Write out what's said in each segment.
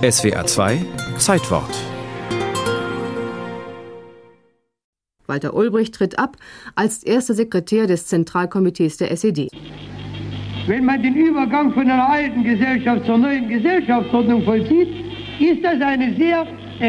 SWR 2 Zeitwort. Walter Ulbricht tritt ab als erster Sekretär des Zentralkomitees der SED. Wenn man den Übergang von einer alten Gesellschaft zur neuen Gesellschaftsordnung vollzieht, ist das eine sehr,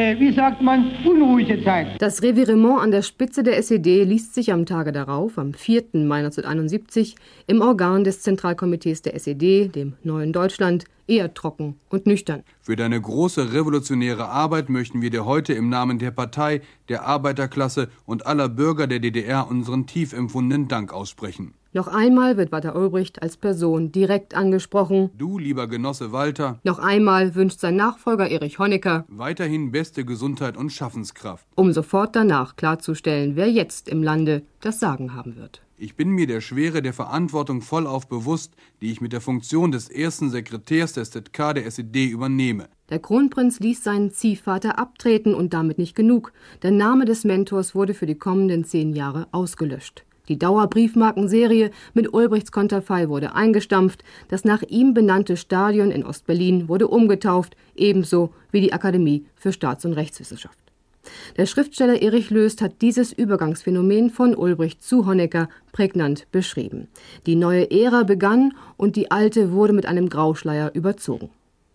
unruhige Zeit. Das Revirement an der Spitze der SED liest sich am Tage darauf, am 4. Mai 1971, im Organ des Zentralkomitees der SED, dem Neuen Deutschland, eher trocken und nüchtern. Für deine große revolutionäre Arbeit möchten wir dir heute im Namen der Partei, der Arbeiterklasse und aller Bürger der DDR unseren tief empfundenen Dank aussprechen. Noch einmal wird Walter Ulbricht als Person direkt angesprochen. Du, lieber Genosse Walter. Noch einmal wünscht sein Nachfolger Erich Honecker weiterhin beste Gesundheit und Schaffenskraft. Um sofort danach klarzustellen, wer jetzt im Lande das Sagen haben wird. Ich bin mir der Schwere der Verantwortung vollauf bewusst, die ich mit der Funktion des ersten Sekretärs des ZK der SED übernehme. Der Kronprinz ließ seinen Ziehvater abtreten und damit nicht genug. Der Name des Mentors wurde für die kommenden 10 Jahre ausgelöscht. Die Dauerbriefmarkenserie mit Ulbrichts Konterfei wurde eingestampft. Das nach ihm benannte Stadion in Ostberlin wurde umgetauft, ebenso wie die Akademie für Staats- und Rechtswissenschaft. Der Schriftsteller Erich Löst hat dieses Übergangsphänomen von Ulbricht zu Honecker prägnant beschrieben. Die neue Ära begann und die alte wurde mit einem Grauschleier überzogen.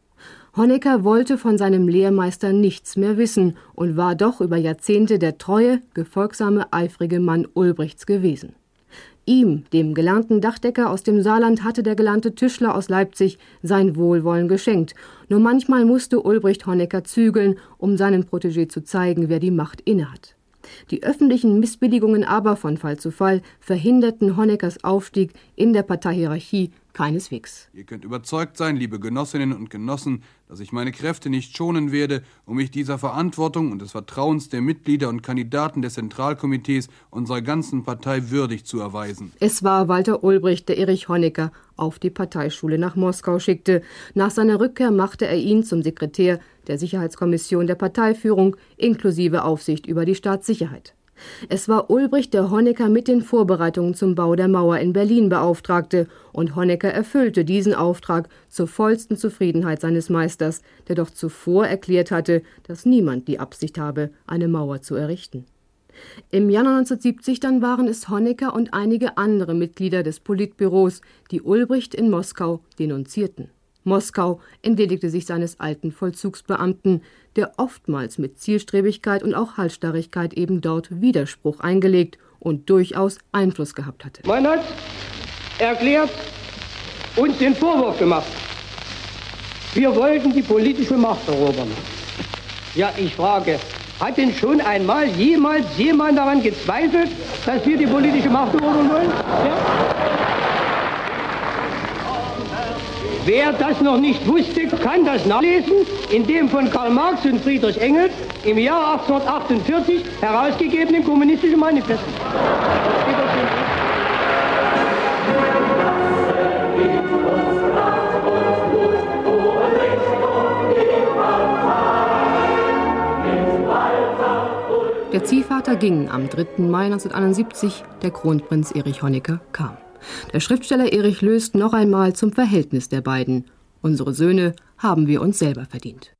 Honecker wollte von seinem Lehrmeister nichts mehr wissen und war doch über Jahrzehnte der treue, gefolgsame, eifrige Mann Ulbrichts gewesen. Ihm, dem gelernten Dachdecker aus dem Saarland, hatte der gelernte Tischler aus Leipzig sein Wohlwollen geschenkt. Nur manchmal musste Ulbricht Honecker zügeln, um seinem Protégé zu zeigen, wer die Macht innehat. Die öffentlichen Missbilligungen aber von Fall zu Fall verhinderten Honeckers Aufstieg in der Parteihierarchie keineswegs. Ihr könnt überzeugt sein, liebe Genossinnen und Genossen, dass ich meine Kräfte nicht schonen werde, um mich dieser Verantwortung und des Vertrauens der Mitglieder und Kandidaten des Zentralkomitees unserer ganzen Partei würdig zu erweisen. Es war Walter Ulbricht, der Erich Honecker auf die Parteischule nach Moskau schickte. Nach seiner Rückkehr machte er ihn zum Sekretär der Sicherheitskommission der Parteiführung inklusive Aufsicht über die Staatssicherheit. Es war Ulbricht, der Honecker mit den Vorbereitungen zum Bau der Mauer in Berlin beauftragte, und Honecker erfüllte diesen Auftrag zur vollsten Zufriedenheit seines Meisters, der doch zuvor erklärt hatte, dass niemand die Absicht habe, eine Mauer zu errichten. Im Januar 1970 dann waren es Honecker und einige andere Mitglieder des Politbüros, die Ulbricht in Moskau denunzierten. Moskau entledigte sich seines alten Vollzugsbeamten, der oftmals mit Zielstrebigkeit und auch Halsstarrigkeit eben dort Widerspruch eingelegt und durchaus Einfluss gehabt hatte. Man hat erklärt, uns den Vorwurf gemacht, wir wollten die politische Macht erobern. Ja, ich frage, hat denn schon einmal jemals jemand daran gezweifelt, dass wir die politische Macht erobern wollen? Ja? Wer das noch nicht wusste, kann das nachlesen in dem von Karl Marx und Friedrich Engels im Jahr 1848 herausgegebenen Kommunistischen Manifest. Der Ziehvater ging am 3. Mai 1971, der Kronprinz Erich Honecker kam. Der Schriftsteller Erich Löst noch einmal zum Verhältnis der beiden. Unsere Söhne haben wir uns selber verdient.